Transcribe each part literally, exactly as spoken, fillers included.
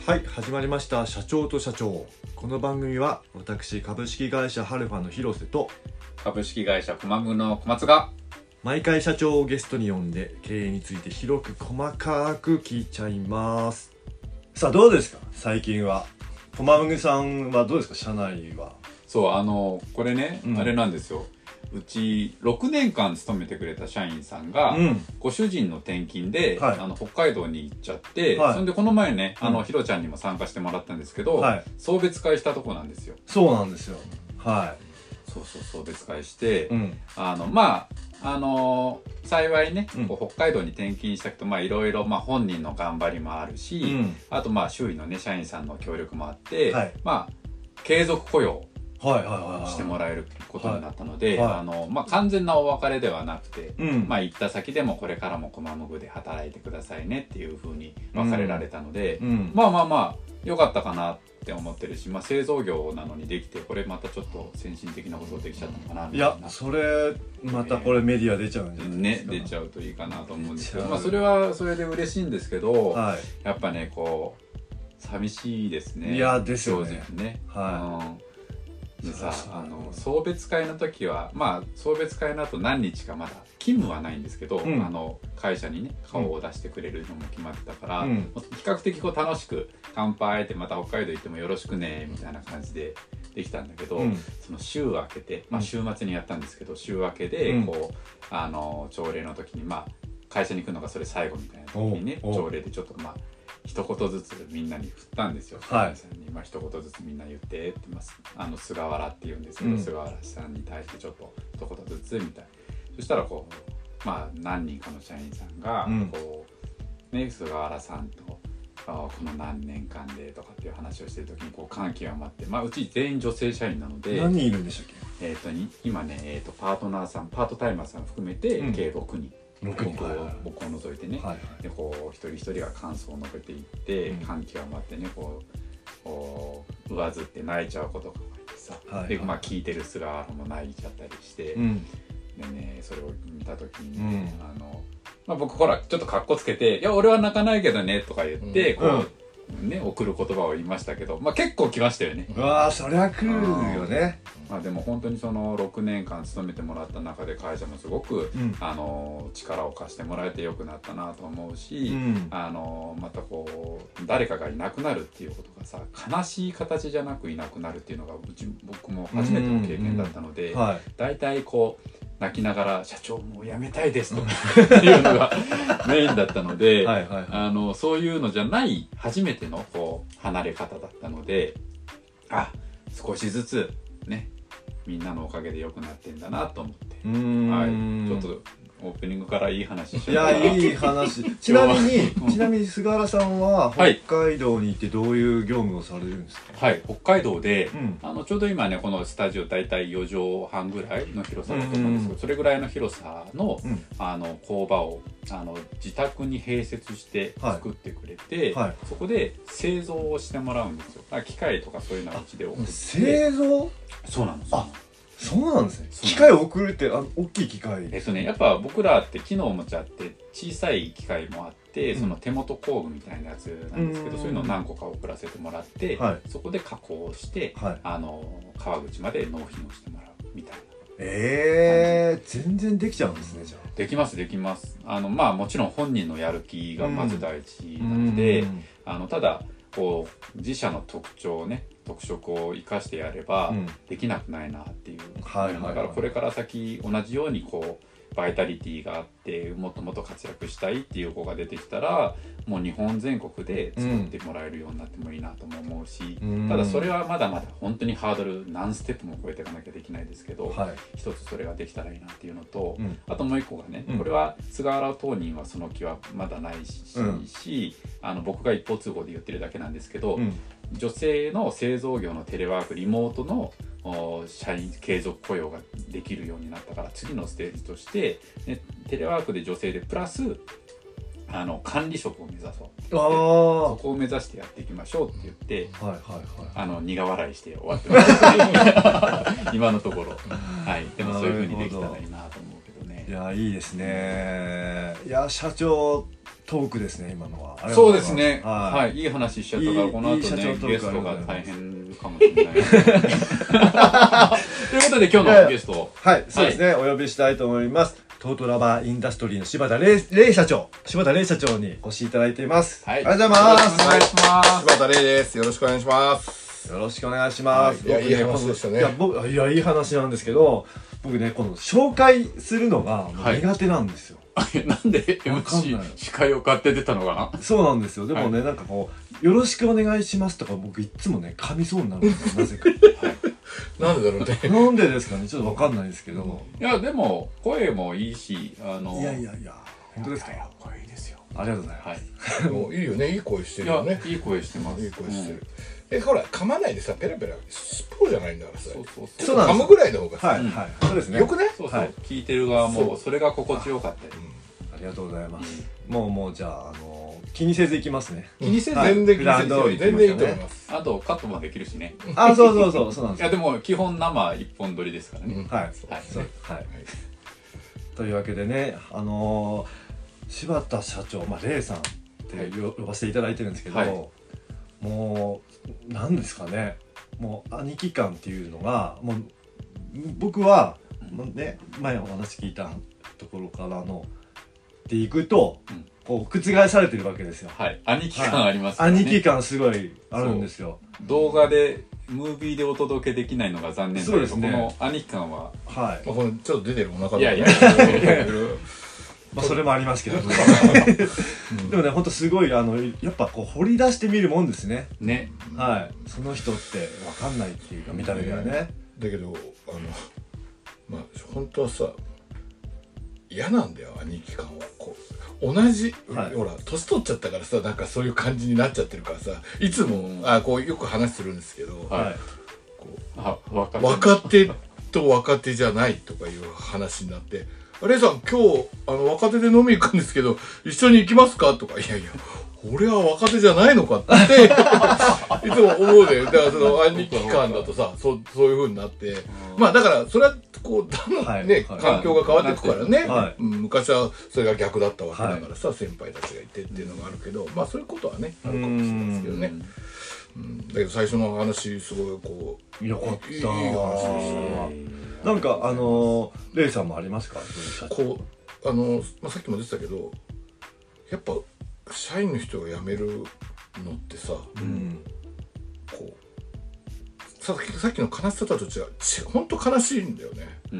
はい、始まりました社長と社長。この番組は私株式会社ハルファの広瀬と株式会社コマムの小松が毎回社長をゲストに呼んで経営について広く細かく聞いちゃいます。さあどうですか最近は。コマムさんはどうですか社内は。 そうあのこれね、 うん、 あれなんですよ。うちろくねんかん勤めてくれた社員さんが、うん、ご主人の転勤で、はい、あの北海道に行っちゃって、はい、それでこの前ねあの、うん、ひろちゃんにも参加してもらったんですけど、はい、送別会したとこなんですよ。 そうなんですよ。はい。 そうそう送別会して、うん、あのまああのー、幸いね、うん、こう北海道に転勤したけどまあいろいろまあ本人の頑張りもあるし、うん、あとまあ周囲のね社員さんの協力もあって、はい、まあ継続雇用してもらえることになったので、あのまあ完全なお別れではなくて、うん、まあ行った先でもこれからもコマムグで働いてくださいねっていう風に別れられたので、うんうん、まあまあまあ良かったかなって思ってるし、まあ製造業なのにできてこれまたちょっと先進的なことできちゃったのかなみたいな。 いやそれまたこれメディア出ちゃうんじゃないですか。 ね出ちゃうといいかなと思うんですけど、まあそれはそれで嬉しいんですけど、はい、やっぱねこう寂しいですね。 いやですよね。 正直ね。 はい。 うんでさあの送別会の時はまあ送別会の後何日かまだ勤務はないんですけど、うん、あの会社にね顔を出してくれるのも決まってたから、うん、比較的こう楽しく乾杯ってまた北海道行ってもよろしくねみたいな感じでできたんだけど、うん、その週明けて、まあ、週末にやったんですけど週明けでこう、あの朝礼の時にまあ会社に行くのがそれ最後みたいな時にね朝礼でちょっとまあ一言ずつみんなに振ったんですよ。はい、さんにまあ一言ずつみんな言ってってます。あの菅原って言うんですけど、うん、菅原さんに対してちょっと一言ずつみたいな。そしたらこうまあ何人かの社員さんがこう、うん、ね菅原さんとこの何年間でとかっていう話をしてる時にこう感極まって、まあうち全員女性社員なので何人いるんでしたっけ？ えっと今ねえっとパートナーさんパートタイマーさん含めて計ろくにん。僕を僕を除いてね、はいはい、でこう一人一人が感想を述べていって、うん、感極まってねこうこう上ずって泣いちゃうことがあってさ、はいはい、でまあ聞いてる菅原も泣いちゃったりして、うん、でねそれを見た時にね、うん、あのまあ、僕ほらちょっとカッコつけて「いや俺は泣かないけどね」とか言って、うん、こう。うんね、送る言葉を言いましたけど、まあ、結構来ましたよね。 うわーそりゃ来るよね。 まあ、でも本当にそのろくねんかん勤めてもらった中で会社もすごく、うん、あの力を貸してもらえてよくなったなと思うし、うん、あのまたこう誰かがいなくなるっていうことがさ悲しい形じゃなくいなくなるっていうのがうち僕も初めての経験だったので、うんうんはい、だいたいこう泣きながら社長もう辞めたいですとかっていうのがメインだったのではいはい、はい、あのそういうのじゃない初めてのこう離れ方だったのであ少しずつねみんなのおかげで良くなってんだなと思ってうーん、はい、ちょっとオープニングからいい話しちゃう。 いやいい話ちなみにちなみに菅原さんは北海道に行ってどういう業務をされるんですか？ はい、北海道で、うん、あのちょうど今ねこのスタジオだいたいよじょうはんぐらいの広さだと思うんですけど、うんうん、それぐらいの広さの、うん、あの工場をあの自宅に併設して作ってくれて、はいはい、そこで製造をしてもらうんですよ。機械とかそういうのはうちで送って製造？ そうなんですよ。 そうなんですね。機械を送るってあ大きい機械。 えっとねやっぱ僕らって木のおもちゃって小さい機械もあって、うん、その手元工具みたいなやつなんですけど、そういうのを何個か送らせてもらって、はい、そこで加工して、はい、あの川口まで納品をしてもらうみたいな。 えー、全然できちゃうんですねじゃあ。 できますできます。あのまあもちろん本人のやる気がまず第一なので、あのただこう自社の特徴をね特色を生かしてやればできなくないなっていう、うんはいはいはい、だからこれから先同じようにこうバイタリティがあってもっともっと活躍したいっていう子が出てきたらもう日本全国で作ってもらえるようになってもいいなとも思うし、うん、ただそれはまだまだ本当にハードル何ステップも超えていかなきゃできないですけど、はい、一つそれができたらいいなっていうのと、うん、あともう一個がね、うん、これは菅原当人はその気はまだないし、うん、あの僕が一方通行で言ってるだけなんですけど、うん、女性の製造業のテレワークリモートの社員継続雇用ができるようになったから次のステージとして、ね、テレワークで女性でプラスあの管理職を目指そうって言ってそこを目指してやっていきましょうって言って、はいはいはい、あの苦笑いして終わってます今のところ、はい、でもそういう風にできたらいいなと思うけどね。 いやいいですね。いや社長トークですね今のは。 そうですね。 はい、 はい、いい話しちゃったからこの後ねゲストが大変かもしれない。ということで今日のゲスト、 はい、そうですね、お呼びしたいと思います。トートラバーインダストリーの柴田玲社長、柴田玲社長にお越しいただいています。 はい、 ありがとうございます。 お願いします。 柴田玲です。よろしくお願いします。 よろしくお願いします。 いや、いい話でしたね。 いや、僕、いや、いい話なんですけど、僕ね、この紹介するのが苦手なんですよ。 なんで エムシー 司会を買って出たのかな。 そうなんですよ。でもね、なんかこう、よろしくお願いしますとか、僕いつもね、噛みそうになるんですよ、なぜか。 なんでだろうね。 なんでですかね、ちょっとわかんないですけど。 いや、でも、声もいいし、あの。 いやいやいや、本当ですか。 声いいですよ。 ありがとうございます。 もういいよね、いい声してるよね。 いい声してます。 いい声してる。え、ほら、噛まないでさ、ペラペラ、プロじゃないんだからさ。 そうそうそう。噛むぐらいの方がさ。 はい、はい。そうですね。 よくね。 そうそう。聞いてる側も、それが心地よかったり。 ありがとうございます。もうもうじゃあ、あの、気にせずいきますね。 気にせず、 全然気にせず。全然いいと思います。 あと、カットもできるしね。 あ、そうそうそう、そうなんです。 いや、でも、基本生一本撮りですからね。 はい。はい。 はい。 というわけでね、あの、柴田社長、まあ、レイさんって呼ばせていただいてるんですけど、もう、なんですかね、もう、兄貴感っていうのが、もう、僕は、ね、前お話聞いたところからの、でいくと、うん、こう覆されてるわけですよ。 はい。兄貴感ありますからね。 兄貴感すごいあるんですよ。 動画でムービーでお届けできないのが残念だけど、そうですね、この兄貴感は、 はい。 まあこれちょっと出てるお腹いやいや。 まあそれもありますけど。でもね、本当すごいあのやっぱこう掘り出してみるもんですね。 ね。 はい。その人ってわかんないっていうか見た目ではね。 だけどあのまあ本当はさ。嫌なんだよ兄貴感はこう同じ、はい、ほら年取っちゃったからさなんかそういう感じになっちゃってるからさいつも、うん、あこうよく話するんですけど、はい、こうあ若手若手と若手じゃないとかいう話になって「レイさん今日あの若手で飲み行くんですけど一緒に行きますか?」とか「いやいや俺は若手じゃないのか」っていつも思うでだからその兄貴感だとさそうそういう風になってまあだからそれはこうだんだんね、はい、環境が変わっていくからね、はい、昔はそれが逆だったわけだからさ、はい、先輩たちがいてっていうのがあるけどまあそういうことはねあるかもしれないですけどね。うん、だけど最初の話すごいこうよかったいい話でした。なんかあのレイさんもありますか？ こうあの、まあ、さっきも出てたけどやっぱ社員の人が辞めるのってさ、うん、こうさっき、さっきの悲しさとは違う本当悲しいんだよね、うん、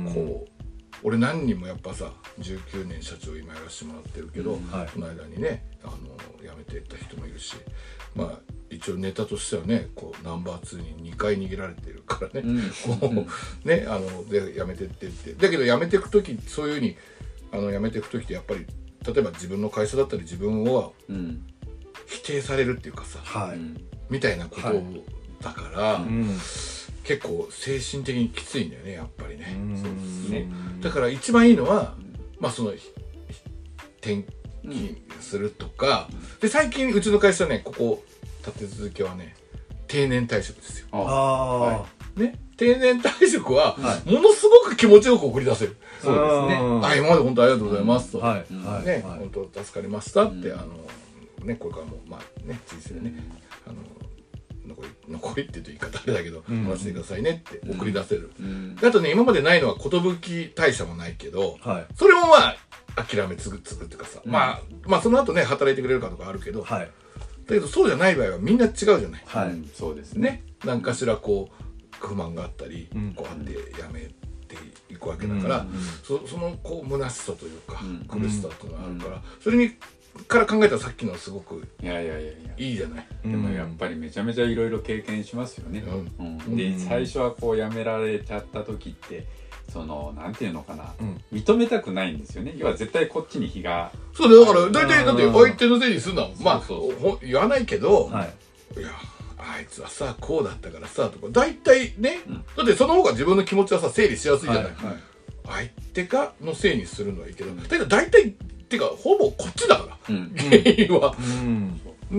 こう俺何人もやっぱさじゅうきゅうねん社長今やらせてもらってるけど、うんはい、この間にねあの辞めていった人もいるしまあ一応ネタとしてはねこうナンバーツーににかい逃げられてるからね、うん、こうねあので辞めてってってだけど辞めていく時そういうふうにあの辞めていく時ってやっぱり例えば自分の会社だったり自分を否定されるっていうかさ、はい、みたいなことだから、はいうん、結構精神的にきついんだよねやっぱりね。そうですね。だから一番いいのは、まあその転勤するとか、うん、で最近うちの会社ねここ立て続けはね定年退職ですよ。あはい、ね定年退職はものすごく気持ちよく送り出せる。 そうですね。 あ今まで本当ありがとうございますと、 はいね本当助かりましたってあのねこれからもまあね人生でねあの残り残りって言うと言い方あれだけど話してくださいねって送り出せる。あとね今までないのは寿退社もないけど、それもまあ諦めつぐつぐっていうかさまあまあその後ね働いてくれるかとかあるけど、だけどそうじゃない場合はみんな違うじゃない。 はい、そうですね。 何かしらこう不満があったり、こうあってやめていくわけだから、うんうん、そ, そのこう虚しさというか、うん、苦しさっていうのがあるから、うん、それにから考えたらさっきのすごくいやいやいやいいじゃない。 でもやっぱりめちゃめちゃいろいろ経験しますよね。うんうん、で、うん、最初はこうやめられちゃった時ってそのなんていうのかな、うん、認めたくないんですよね。要は絶対こっちに非がそうだから大体だって相手のせいにするのはまあそう言わないけど、はい、いやあいつはさこうだったからさとか大体ね、うん、だってその方が自分の気持ちはさ整理しやすいじゃない、はいはい、相手がのせいにするのはいいけど、うん、だけど大体っていうかほぼこっちだから、うん、原因は、うん、ね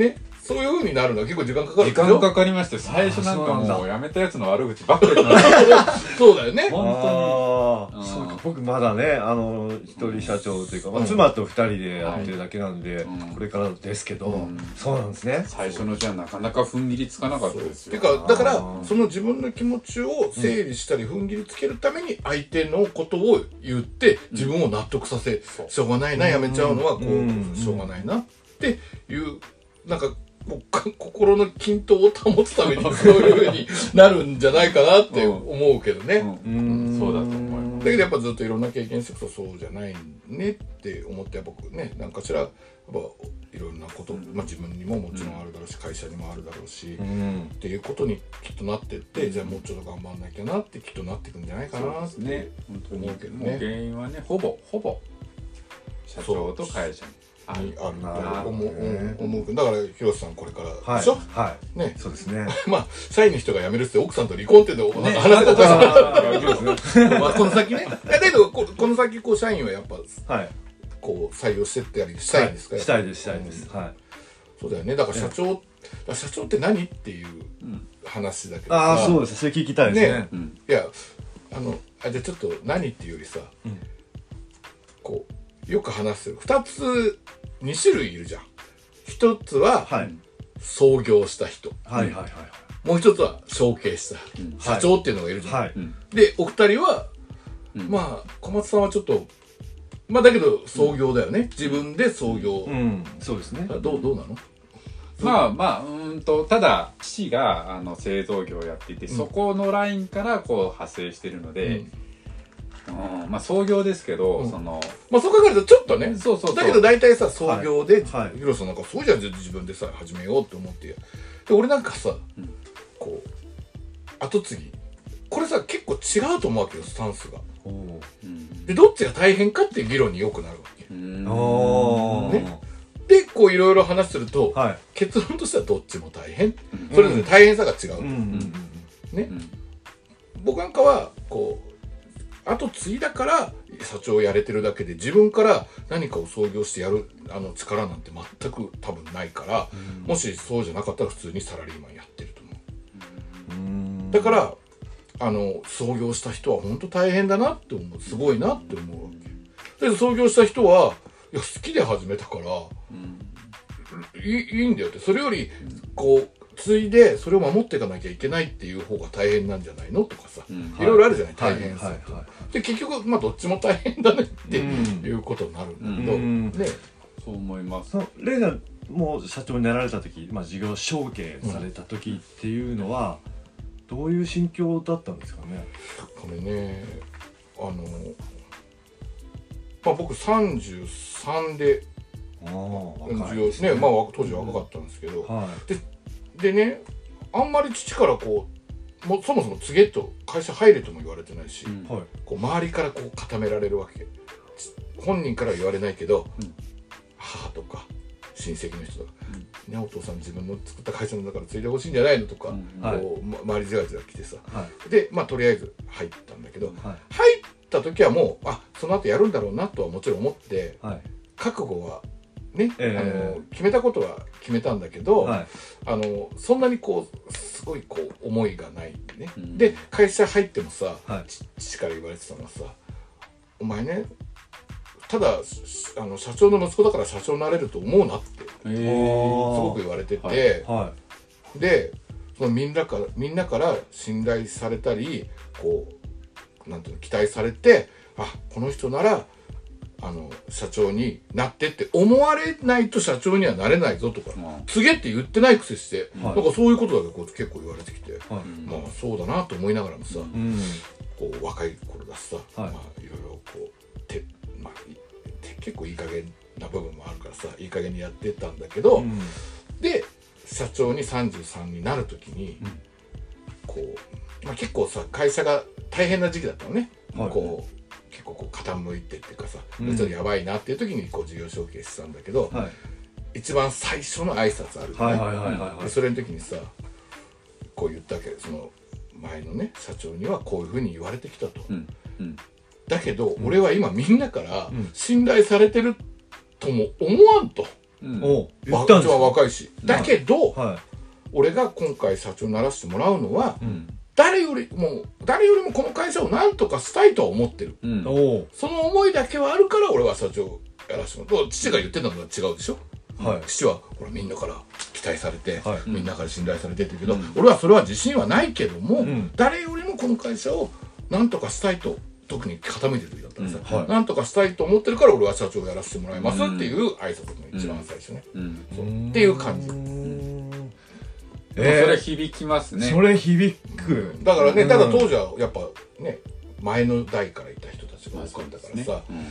そういう風になるのは結構時間かかる時間かかりまして、最初なんかもうやめたやつの悪口ばっかり言ってまそうだよね。 本当に。 そうか、僕まだね、あの一人社長というか、まあ、妻と二人でやってるだけなんで、うん、これからですけど、うん、そうなんですね。 最初のうちはなかなか踏ん切りつかなかったですよ。 てかだからその自分の気持ちを整理したり踏ん切りつけるために相手のことを言って自分を納得させ、うん、しょうがないな、やめちゃうのはこう、うん、しょうがないなっていうなんか。心の均等を保つためにそういう風になるんじゃないかなって思うけどね。 うん、うん、そうだと思います。 だけどやっぱずっといろんな経験していくとそうじゃないねって思って僕ね、なんかしらやっぱいろんなこと、まあ、自分にももちろんあるだろうし、会社にもあるだろうし、うん、っていうことにきっとなってって、じゃあもうちょっと頑張んなきゃなってきっとなっていくんじゃないかなって思うけどね。 原因はね、ほぼほぼ社長と会社に。 にあると思う、思うだから広瀬さんこれからでしょ。 はい、 ね、 そうですね。 まあ社員の人が辞めるって奥さんと離婚っていうのを話せたおかしい。まあこの先ね。だけどこの先こう社員はやっぱこう採用してったりしたいんですか。 したいですしたいです。はい。 そうだよね。だから社長社長って何っていう話だけど。 ああそうです。それ聞きたいですね。 いやあのあじゃあちょっと何っていうよりさ、こうよく話すふたつに種類いるじゃん。一つは創業した人、 はいはいはいはい、 もう一つは承継した、うん、社長っていうのがいるじゃん、はい、でお二人は、うん、まあ小松さんはちょっとまあだけど創業だよね、うん、自分で創業、 うん、そうですね。 どうどうなの？ まあまあうんとただ父があの製造業をやっていて、うん、そこのラインからこう派生しているので、うんうん、まあ創業ですけど、うん、そのまあそう考えるとちょっとね、 そうそうそう、 だけど大体さ創業で、はい、ヒロさんなんかそうじゃん自分でさ始めようって思ってで俺なんかさ、うん、こう後継ぎこれさ結構違うと思うわけよスタンスが、うん、でどっちが大変かっていう議論によくなるわけ、うんね、でこういろいろ話すると、はい、結論としてはどっちも大変、うん、それぞれ大変さが違う、うん、ね、うん、僕なんかはこう後継いだから社長をやれてるだけで自分から何かを創業してやるあの力なんて全く多分ないから、うん、もしそうじゃなかったら普通にサラリーマンやってると思う、うん、だからあの創業した人は本当大変だなって思うすごいなって思うわけで創業した人はいや好きで始めたから、うん、い, いいんだよってそれよりこう継いでそれを守っていかなきゃいけないっていう方が大変なんじゃないのとかさ、うん、いろいろあるじゃない、はい、大変さ、はいはいはい、で結局まあどっちも大変だねっていうことになるんだけど、うん、ね、 そう思います。 レイナも社長になられた時、まあ、事業承継された時っていうのは、うん、どういう心境だったんですかね。 これねあの、まあ、僕さんじゅうさんであ事業ね、まあ当時は若かったんですけど、うん、はい、ででね、あんまり父からこうもそもそも告げと会社入れとも言われてないし、うん、こう周りからこう固められるわけ本人からは言われないけど、うん、母とか親戚の人とか、うん、ね、お父さん自分の作った会社の中から継いでほしいんじゃないのとか、うん、こう、はい、周りじわじわ来てさ、はい、でまあとりあえず入ったんだけど、はい、入った時はもうあその後やるんだろうなとはもちろん思って、はい、覚悟はね、えー、あの決めたことは決めたんだけど、はい、あのそんなにこうすごいこう思いがないね、うん、で会社入ってもさ、はい、父から言われてたのはさお前ねただあの社長の息子だから社長になれると思うなって、えー、すごく言われてて、はいはい、でそのみんなからみんなから信頼されたりこうなんていうの期待されてあこの人ならあの社長になってって思われないと社長にはなれないぞとか、うん、告げって言ってないくせして、はい、なんかそういうことだけこう結構言われてきて、はい、まあそうだなと思いながらもさ、うん、こう若い頃だしさ、はい、まあいろいろこうて、まあ、て結構いい加減な部分もあるからさいい加減にやってたんだけど、うん、で社長にさんじゅうさんになる時に、うん、こう、まあ、結構さ会社が大変な時期だったのね、はい、こう結構こう傾いてっていうかさ、うん、ちょっとやばいなっていう時にこう事業承継してたんだけど、はい、一番最初の挨拶あるよね。それの時にさこう言ったわけその前のね社長にはこういうふうに言われてきたと、うんうん、だけど、うん、俺は今みんなから信頼されてるとも思わんと、 うん、 お言ったんですか。一番若いし。だけど、 はい、 俺が今回社長にならせてもらうのは、 うん、 誰よりも誰よりもこの会社を何とかしたいとは思ってる、うん、その思いだけはあるから俺は社長やらせてもらう。父が言ってたのは違うでしょ、はい、父はほらみんなから期待されて、はい、みんなから信頼されてって言うけど、うん、俺はそれは自信はないけども、うん、誰よりもこの会社を何とかしたいと、特に傾いてる時だったらさ、うんはい、何とかしたいと思ってるから俺は社長をやらせてもらいますっていう挨拶の一番最初ね、うん、そうっていう感じ、うんえー、それ響きますね。 それ響く。 だからね、うん、ただ当時はやっぱね、前の代からいた人たちが多かったからさ、ね、うん、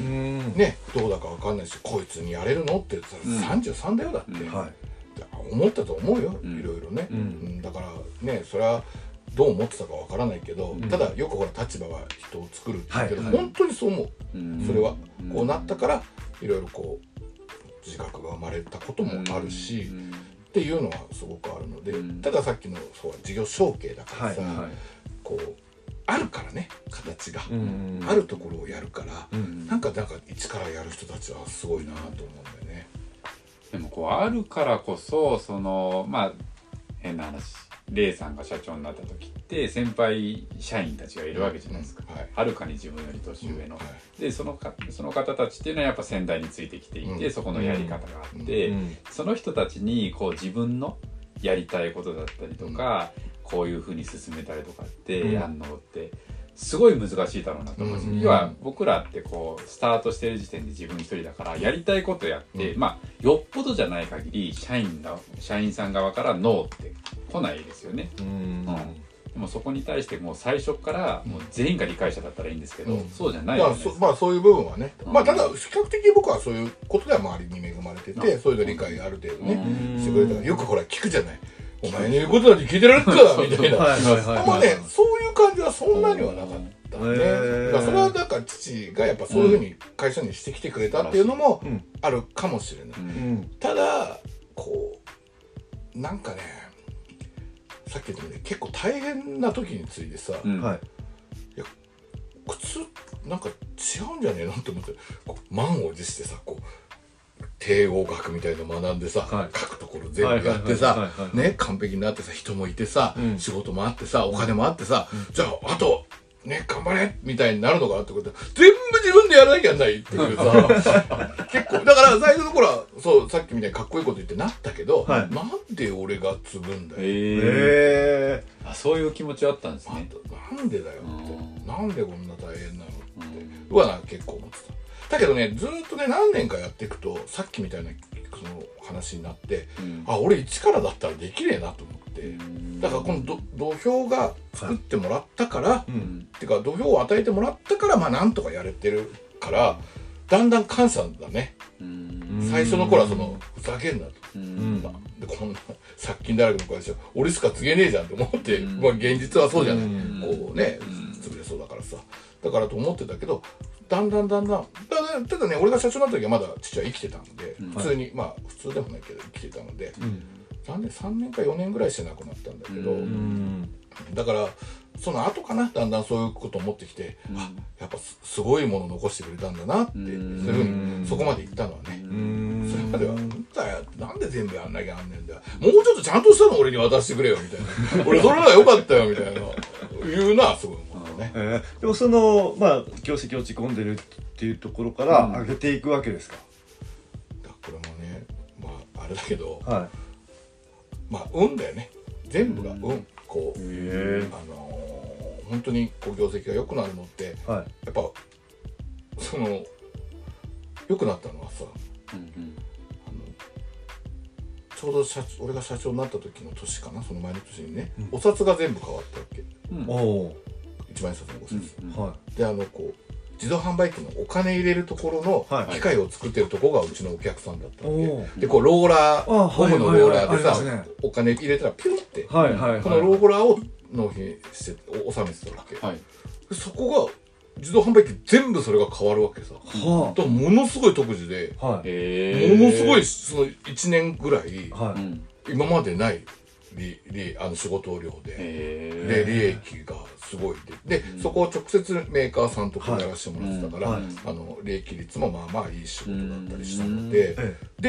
ね、どうだかわかんないし、こいつにやれるのって言ったらさんじゅうさんだよだって、うんはい、思ったと思うよ、いろいろね、うん、だからね、それはどう思ってたかわからないけど、うん、ただよくほら立場は人を作るって言うけど、はい、本当にそう思う、うん、それはこうなったからいろいろこう自覚が生まれたこともあるし、うんうんっていうのはすごくあるので、うん、たださっきのそう事業承継だからさ、はいはい、こうあるからね、形が、うんうんうん、あるところをやるから、うんうん、なんかなんか一からやる人たちはすごいなと思うんだよね。 でもこうあるからこそ、そのまあ変な話、レイさんが社長になった時って先輩社員たちがいるわけじゃないですか、うんはい、はるかに自分より年上の、うんはい、でそのかその方たちっていうのはやっぱ先代についてきていて、うん、そこのやり方があって、うん、その人たちにこう自分のやりたいことだったりとか、うん、こういうふうに進めたりとかってやんのってすごい難しいだろうなと思うんですよ、うん、要は僕らってこうスタートしてる時点で自分一人だからやりたいことやって、うん、まあよっぽどじゃない限り社員が社員さん側からノーって来ないですよね、うんうん、でもそこに対してもう最初からもう全員が理解者だったらいいんですけど、うん、そうじゃないじゃないですか。 まあ、そまあそういう部分はね、うん、まあただ比較的僕はそういうことでは周りに恵まれてて、うん、そういうの理解ある程度ね、うん、してくれたらよくほら聞くじゃない、お前の言うことなんて聞いてられるかみたいな、まあね、そういう感じはそんなにはなかったね。だからそれはだから父がやっぱそういうふうに会社にしてきてくれたっていうのもあるかもしれない、うん、ただこうなんかね、さっき言ったように結構大変な時についてさ、うん、いや普通なんか違うんじゃねえのって思ってこう満を持してさ、こう帝王学みたいの学んでさ、はい、書くところ全部やってさ、ね、完璧になってさ、人もいてさ、うん、仕事もあってさ、お金もあってさ、うん、じゃああとね、頑張れみたいになるのかなってことで、全部自分でやらなきゃないっていうさ結構だから最初の頃はそうさっきみたいにかっこいいこと言ってなったけど、はい、なんで俺が継ぐんだよ、 えー、あ、そういう気持ちあったんですね。 なんでだよって、なんでこんな大変なのってうわな結構思ってた。だけどね、ずっとね何年かやっていくとさっきみたいなその話になって、うん、あ、俺一からだったらできねえなと思って、うん、だからこのど土俵が作ってもらったから、はい、うん、っていうか土俵を与えてもらったからまあなんとかやれてるから、だんだん感謝だね、うん、最初の頃はそのふざけんなと、うん、まあ、でこんな借金だらけの会社俺しか継げねえじゃんって思って、うん、まあ現実はそうじゃない、うん、こうね、潰れそうだからさ、だからと思ってたけど、だんだんだんだんただね、俺が社長になった時はまだ父は生きてたので、うん、普通に、まあ普通でもないけど生きてたので、うん、残念さんねんかよねんぐらいして亡くなったんだけど、うん、だからその後かな、だんだんそういうことを思ってきて、うん、あ、やっぱ す, すごいものを残してくれたんだなって、うん、そういうふうにそこまで行ったのはね、うん、それまではなんで全部やんなきゃあんねんだよ、もうちょっとちゃんとしたの俺に渡してくれよみたいな俺それはよかったよみたいないうのはすごい思うね、 えー、でもそのまあ業績落ち込んでるっていうところから上げていくわけですか、 うん、だこれもね、まああれだけど、はい、まあ運だよね、全部が運、うん、こう、あのー、本当にこう業績が良くなるのって、はい、やっぱその良くなったのはさ、うんうん、あのちょうど社俺が社長になった時の年かな、その前の年にね、うん、お札が全部変わったわけ、うん、おいちまん円札のご札、うんうん、であのこう自動販売機のお金入れるところの機械を作ってるところがうちのお客さんだったわけ、はい、でこうローラー、ゴムのローラーでさ、はいはいはい、お金入れたらピュンって、はいはいはい、このローラーを納品して納めてたわけ、はい、でそこが自動販売機全部それが変わるわけさ、はあ、だからものすごい特需で、はい、ものすごいそのいちねんぐらい、はい、今までない利利あの仕事量でで利益がすごいでで、うん、そこを直接メーカーさんとこうやらせてもらってたから、はい、あの利益率もまあまあいい仕事だったりしたので、うん、で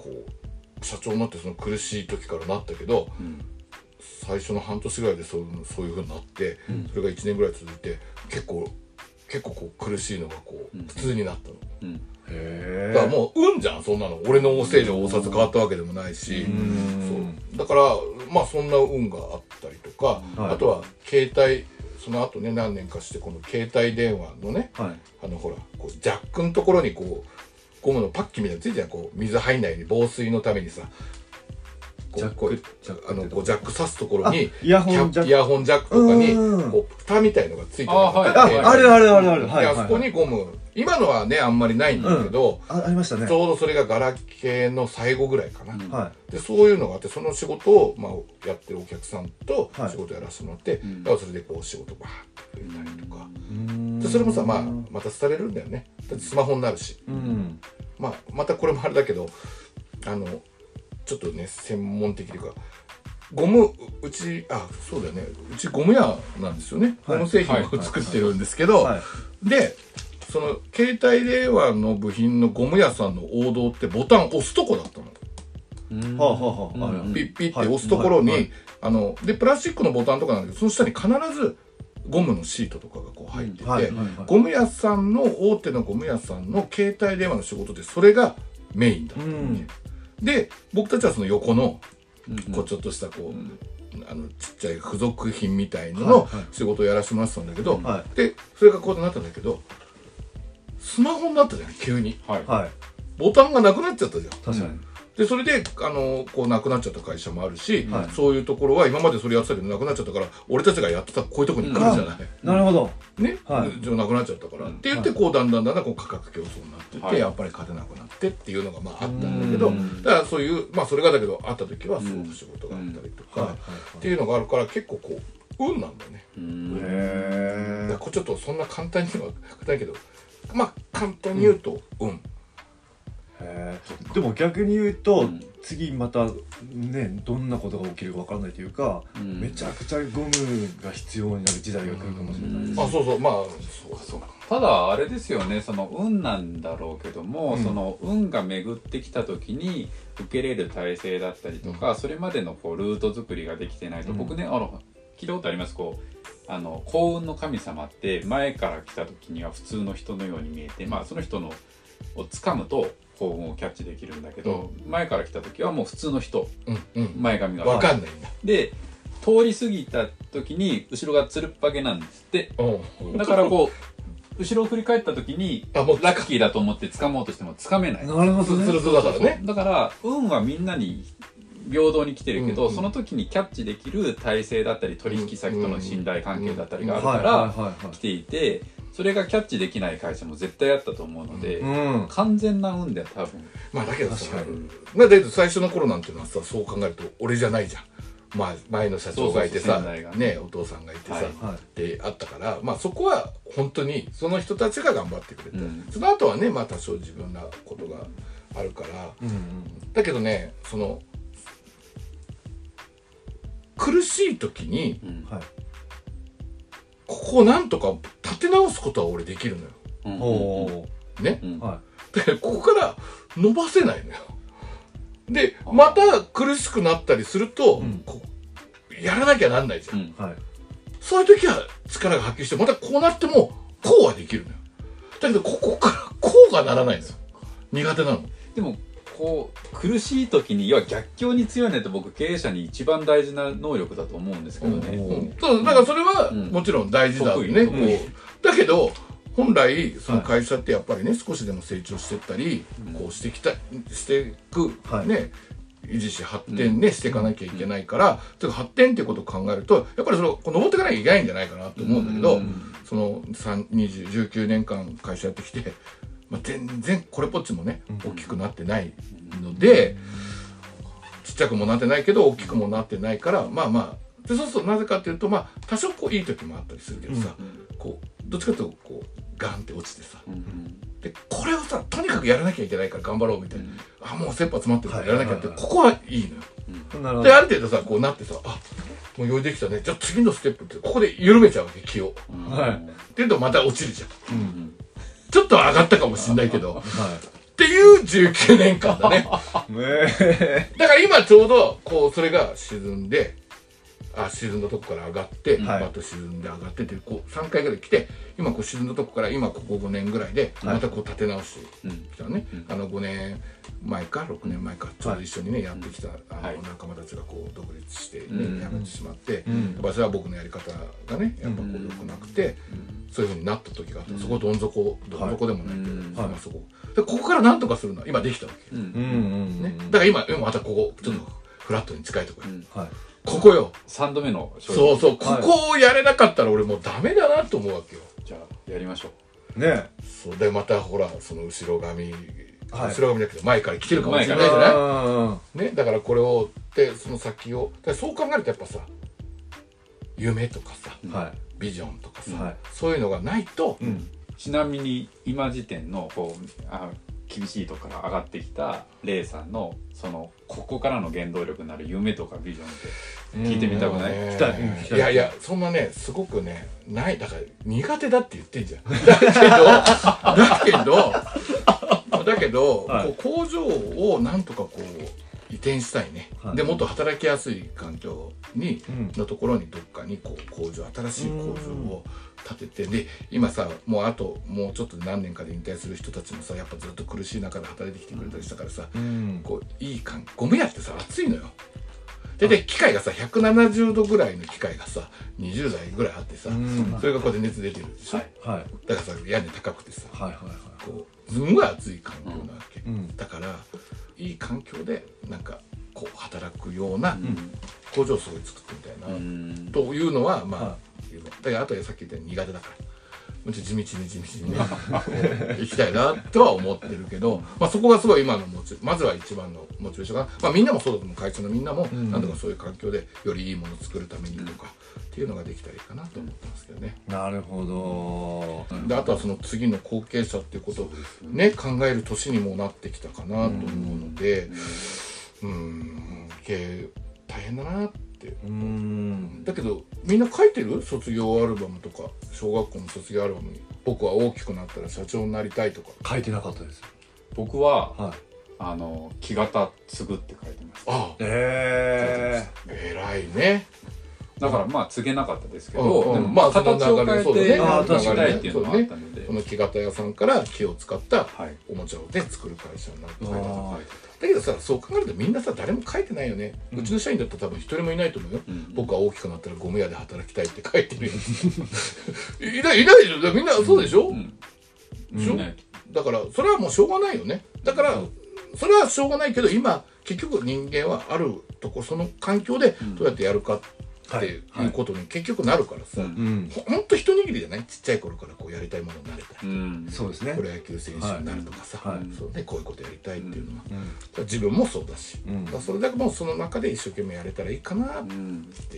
こう社長になってその苦しい時からなったけど、うん、最初の半年ぐらいでそういうそういう風になって、うん、それがいちねんぐらい続いて結構結構こう苦しいのがこう、うん、普通になったの、うん、へだからもう運じゃんそんなの。俺のせいで大札変わったわけでもないし、そうだからまあそんな運があったりとか、はい、あとは携帯その後ね何年かしてこの携帯電話のね、はい、あのほらこうジャックのところにこうゴムのパッキンみたいなのついてるじゃん。こう水入んないように防水のためにさジャックあのこうジャック刺すところにイヤホンジャックイヤホンジャックとかにこう蓋みたいのがついてるあ、 はい、あ, あるあるあるある、 はい、あそこにゴム今のはねあんまりないんだけど、 うん、あ, ありましたね。 ちょうどそれがガラケーの最後ぐらいかな、はい、でそういうのがあってその仕事を、まあ、やってるお客さんと仕事やらせてもらって、はい、だからそれでこう仕事バーッと増えたりとか、うん、でそれもさ、まあ、また廃れるんだよね。だってスマホになるし、うん、まあ、またこれもあれだけどあのちょっとね専門的というかゴムうちあそうだよねうちゴム屋なんですよね、はい、ゴム製品を作ってるんですけど、はいはい、でその携帯電話の部品のゴム屋さんの王道ってボタン押すとこだったの。うんはあはあ、うん、ピッピッて押すところに、はいはい、あのでプラスチックのボタンとかなんだけどその下に必ずゴムのシートとかがこう入ってて、はいはいはい、ゴム屋さんの大手のゴム屋さんの携帯電話の仕事でそれがメインだったのね、うん、で僕たちはその横のこうちょっとしたこう、うん、あのちっちゃい付属品みたいのの仕事をやらせてもらってたんだけど、はい、でそれがこうなったんだけどスマホになったじゃん急に、はい、ボタンがなくなっちゃったじゃん。確かに。でそれであのこうなくなっちゃった会社もあるし、はい、そういうところは今までそれやってたけどなくなっちゃったから俺たちがやってたこういうところに来るじゃない、 うん、なるほどね、はい、じゃなくなっちゃったから、うん、って言ってこうだんだんだんだんこう価格競争になってて、はい、やっぱり勝てなくなってっていうのがまああったんだけど、だからそういうまあそれがだけどあった時はすごく仕事があったりとかっていうのがあるから結構こう運なんだよね。へえ。だからちょっとそんな簡単にはないけどまあ簡単に言うと運、うんへでも逆に言うと、うん、次またねどんなことが起きるか分からないというか、うん、めちゃくちゃゴムが必要になる時代が来るかもしれないです、ね、 あそうそうまあそうかそうか。 ただあれですよねその運なんだろうけども、うん、その運が巡ってきた時に受けれる体制だったりとか、うん、それまでのこうルート作りができてないと、うん、僕ねあの聞いたことありますこうあの幸運の神様って前から来た時には普通の人のように見えて、まあその人のを掴むと幸運をキャッチできるんだけど、うん、前から来た時はもう普通の人、うんうん、前髪が分かんないんだで通り過ぎた時に後ろがつるっぱげなんですって、うん、だからこう後ろを振り返った時にラッキーだと思って掴もうとしても掴めない。 なるほどね。 つるつるだからね。 だから運はみんなに平等に来てるけど、うんうん、その時にキャッチできる体制だったり取引先との信頼関係だったりがあるから来ていて、それがキャッチできない会社も絶対あったと思うので、うん、完全な運では多分まあだけどさ、まあだけど最初の頃なんていうのはさそう考えると俺じゃないじゃん。まあ前の社長がいてさねお父さんがいてさ、はいはい、であったからまあそこは本当にその人たちが頑張ってくれて、うん、その後はねまあ多少自分なことがあるから、うんうん、だけどねその苦しい時に、うんはい、ここをなんとか立て直すことは俺できるのよ。うん、ね、うんはい、でここから伸ばせないのよ。でまた苦しくなったりすると、うん、こうやらなきゃなんないじゃん、うんはい、そういう時は力が発揮してまたこうなってもこうはできるのよ。だけどここからこうがならないんですよ。苦手なの。 でもこう苦しい時に要は逆境に強いねって僕経営者に一番大事な能力だと思うんですけどね。 うん、そうだからそれはもちろん大事だよね、うん、こうだけど本来その会社ってやっぱりね、はい、少しでも成長していったり、うん、こうしてきたしていく、はい、ね維持し発展ね、うん、していかなきゃいけないから、うん、発展っていうことを考えるとやっぱりそれをこう登っていかなきゃいけないんじゃないかなと思うんだけど、うん、そのにじゅう、じゅうきゅうねんかん会社やってきて、まあ、全然これっぽっちもね大きくなってないので、ちっちゃくもなってないけど大きくもなってないからまあまあでそうするとなぜかっていうとまあ多少こういい時もあったりするけどさ、うん、こうどっちかというとこうガンって落ちてさ、うん、でこれをさとにかくやらなきゃいけないから頑張ろうみたいな、うん、あもう切羽詰まってるからやらなきゃって、はいはいはい、ここはいいのよ、うん、である程度さこうなってさあもう用意できたねじゃあ次のステップってここで緩めちゃうわけ気を、うん、はい、っていうとまた落ちるじゃん、うん、ちょっと上がったかもしんないけど、はい、っっていうじゅうきゅうねんかんだね。 ねえ。 だから今ちょうどこうそれが沈んで、あ沈んだとこから上がって、 はい、 また沈んで上がってってこうさんかいぐらい来て、今こう沈んだとこから今ここごねんぐらいでまたこう立て直してきたのね、はい、あのごねんまえかろくねんまえかちょうど一緒にねやってきたあの仲間たちがこう独立してね辞めてしまって、やっぱそれは僕のやり方がねやっぱこう良くなくて、そういうふうになった時があった。そこどん底どん底でもないけど、はい、そこでここからなんとかするのは今できたわけ、ね、だから今またここちょっとフラットに近いところ、うんはい、ここよさんどめのそうそうここをやれなかったら俺もうダメだなと思うわけよ。 じゃあやりましょうね。 そうでまたほらその後ろ髪、はい、後ろ髪だけど前から来てるかもしれないじゃない、ね、だからこれをでその先をそう考えるとやっぱさ夢とかさ、はい、ビジョンとかさ、はい、そういうのがないと、うん、 ちなみに今時点のこうあ厳しいところから上がってきたレイさんのそのここからの原動力になる夢とかビジョンって聞いてみたくない？ 聞きたい、うん、いやいやそんなねすごくねないだから苦手だって言ってんじゃん。だけどだけどだけど、はい、こう工場をなんとかこう移転したいね、はい、でもっと働きやすい環境に、うん、のところにどっかにこう工場新しい工場を建てて、で今さもうあともうちょっと何年かで引退する人たちもさやっぱずっと苦しい中で働いてきてくれたりしたからさ、うん、こういい感ゴム屋ってさ熱いのよ。でで機械がさひゃくななじゅうどぐらいの機械がさにじゅうだいぐらいあってさ、うん、それがこうやって熱出てるでしょ、はいはい、だからさ屋根高くてさ、はいはいはい、こうすんごい熱い環境なわけ、うん、だからいい環境でなんかこう働くような工場をすごい作ってみたいな、うん、というのはまあ、はい、だからあとでさっき言ったように苦手だから地道に地道にね行きたいなとは思ってるけど、まあ、そこがすごい今のモチまずは一番のモチベーションが、まあ、みんなもそうだと思う。会社のみんなもなんとかそういう環境でよりいいものを作るためにとかっていうのができたらいいかなと思ってますけどね。 なるほど。 であとはその次の後継者っていうことをね考える年にもなってきたかなと思うので、うーん経営大変だなって。うんだけどみんな書いてる卒業アルバムとか小学校の卒業アルバムに僕は大きくなったら社長になりたいとか書いてなかったです。 僕は、はい、あの木型継ぐって書いてました。あええ偉いね。 だからまあ継げなかったですけど、うんうん、でもまあ形を変えてやりたいっていうのがあったので、 その木型屋さんから木を使ったおもちゃをで作る会社になって書いてある。だけどさそう考えるとみんなさ誰も書いてないよね、うん、うちの社員だったら多分一人もいないと思うよ、うん、僕は大きくなったらゴム屋で働きたいって書いてるやついないいないでしょ。みんなそうでしょ、うん、でしょ、うん、だからそれはもうしょうがないよね。だからそれはしょうがないけど今結局人間はあるとこその環境でどうやってやるかっていうことに結局なるからさ、はいはい、ほんと一握りじゃない。ちっちゃい頃からこうやりたいものになれたり、うん、そうですね、プロ野球選手になるとかさ、はい、そうね、こういうことやりたいっていうのは、うん、自分もそうだし、うん、だそれだけもうその中で一生懸命やれたらいいかなって、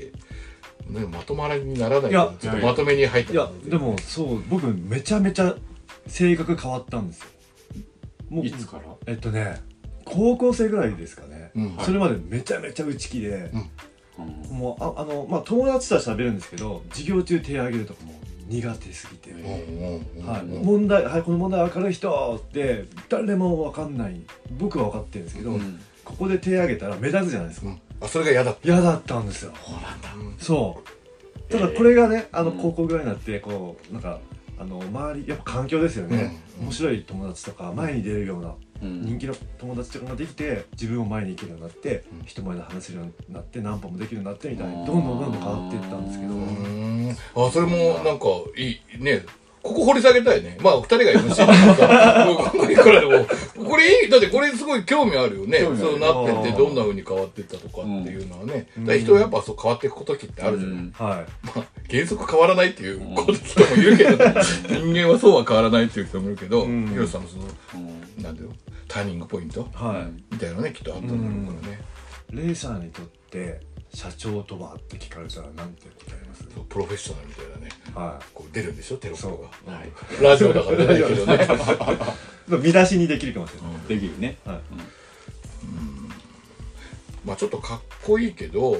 うんね、まとまりにならないけどちょっとまとめに入っていやでもそう僕めちゃめちゃ性格変わったんですよ。 もういつからえっとね高校生ぐらいですかね、うん、それまでめちゃめちゃ内気で、うんうん、もうああのまあ友達とは喋るんですけど授業中手を挙げるとかも苦手すぎて、はい、問題はいこの問題分かる人って誰も分かんない。僕は分かってるんですけど、うん、ここで手を挙げたら目立つじゃないですか、うん、 あそれが嫌だった嫌だったんですよ。 そうなんだ、うん、 そうただこれがねあの高校ぐらいになってこうなんかあの周りやっぱ環境ですよね、うん、面白い友達とか前に出るような人気の友達とかができて自分を前に行けるようになって、うん、人前で話せるようになってナンパもできるようになってみたいにどんどんどんどん変わっていったんですけど、うーんあそれもなんかいいね。ここ掘り下げたいね。まあ二人が エムシー だからさもうここいくらでもこれいいだってこれすごい興味あるよね。そうなってってどんな風に変わっていったとかっていうのはね、うん、だから人はやっぱそう変わっていく時ってあるじゃない、うん、はいまあ原則変わらないっていう人もいるけど、ね、人間はそうは変わらないっていう人もいるけど、うん、ヒロさんのその、うん、なんだよターニングポイント、はい、みたいなのねきっとあったんだろうからね、 うん、レイさんにとって社長とはって聞かれたらなんて答えます？ プロフェッショナルみたいなね、はい、こう出るんでしょテロップが、はい、 ラジオだから出ないけどね見出しにできるかもしれない、うん、 できるね、はい、 うん、まあちょっとかっこいいけど、うん、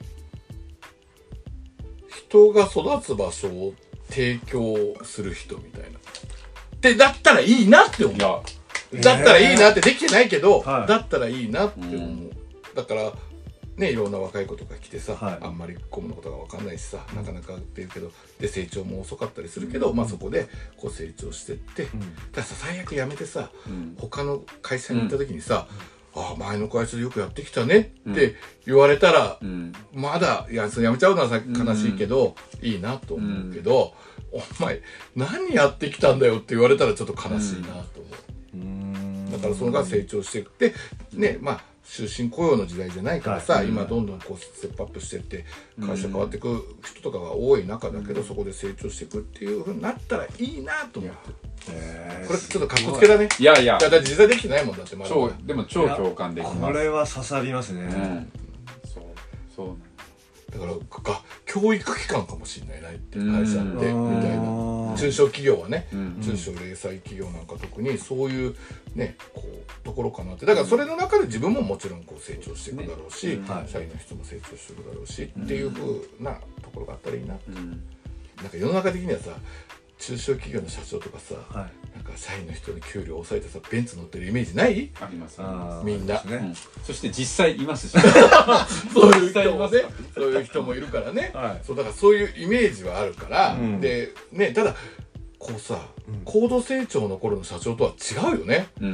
人が育つ場所を提供する人みたいなってだったらいいなって思う。いやだったらいいなってできてないけど、 はい、 だったらいいなって思う、うん、だからね、いろんな若い子とか来てさ、はい、あんまりゴムのことが分かんないしさ、なかなかっていうけどで成長も遅かったりするけど、うん、まあそこでこう成長してって、うん、だからさ最悪やめてさ、うん、他の会社に行った時にさ、うん、ああ前の会社でよくやってきたねって言われたら、うん、まだいやそれやめちゃうのはさ悲しいけど、うん、いいなと思うけど、うん、お前何やってきたんだよって言われたらちょっと悲しいなと思う、うん、だからそれが成長していってね、まあ終身雇用の時代じゃないからさ、はい、今どんどんこうステップアップしていって会社変わっていく人とかが多い中だけど、うん、そこで成長していくっていう風になったらいいなと思って、えー、これちょっとかっこつけだね。 いやいやだって実際できてないもんだってまだ超でも超共感できます。 これは刺さりますね、うん、 そうそうなんだからか教育機関かもしれないなって会社ってみたいな。中小企業はね、うん、中小零細企業なんか特にそういうねこうところかなって。だからそれの中で自分ももちろんこう成長していくだろうし、ね、うん、社員の人も成長していくだろうし、うん、っていう風なところがあったらいいなって、うん、なんか世の中的にはさ中小企業の社長とかさ、はい、なんか社員の人の給料を抑えてさベンツ乗ってるイメージない？ あります、 みんな、 ね、うん、そして実際いますしそういう人もねそういう人もいるからね、はい、そうだからそういうイメージはあるから、うん、でねただこうさ、うん、高度成長の頃の社長とは違うよね、うん、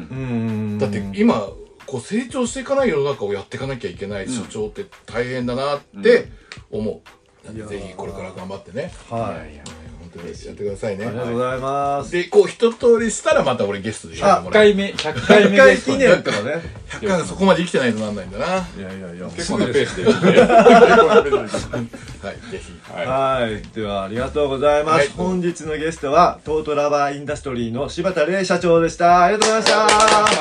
だって今こう成長していかない世の中をやっていかなきゃいけない社長って大変だなって思う、うん、ぜひこれから頑張ってね、 はい、 いややってくださいね。 ありがとうございます。 で、こう一通りしたらまた俺ゲストでやってもらう。ひゃっかいめ、ひゃっかいめゲスト記念からね。 ひゃっかいがそこまで生きてないとなんないんだな。いやいやいや、 結構なペースで。はい、 ぜひ。 はい、ではありがとうございます。本日のゲストはトートラバーインダストリーの柴田玲社長でした。ありがとうございました。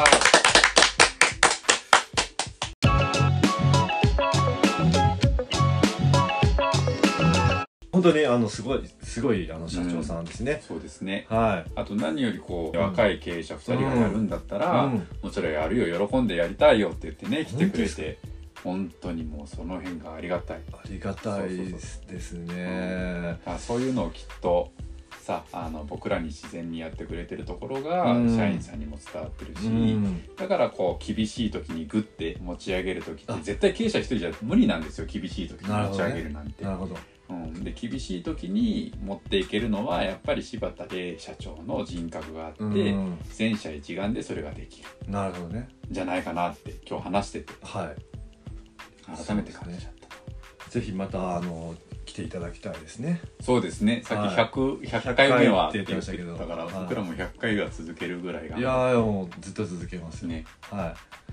本当にあのすごいすごいあの社長さんですね、 うん、そうですね、 はい、 あと何よりこう、うん、若い経営者ふたりがやるんだったら、うん、もちろんやるよ喜んでやりたいよって言ってね来てくれて本当にもうその辺がありがたいありがたいですね。 うん、そういうのをきっとさあの僕らに自然にやってくれてるところが社員さんにも伝わってるし、うん、だからこう厳しい時にグッて持ち上げる時って絶対経営者一人じゃ無理なんですよ。厳しい時に持ち上げるなんて。 なるほど。 うん、で厳しい時に持っていけるのはやっぱり柴田玲社長の人格があって、うん、全社一丸でそれができる。 なるほどね。じゃないかなって今日話してて、 はい、 改めて感じちゃった。 ぜひまたあの来ていただきたいですね。 そうですね。さっきひゃく、はい、ひゃっかいめはって言ってましたけど、だから僕らもひゃっかいは続けるぐらいが。 いやーもうずっと続けますね。はい。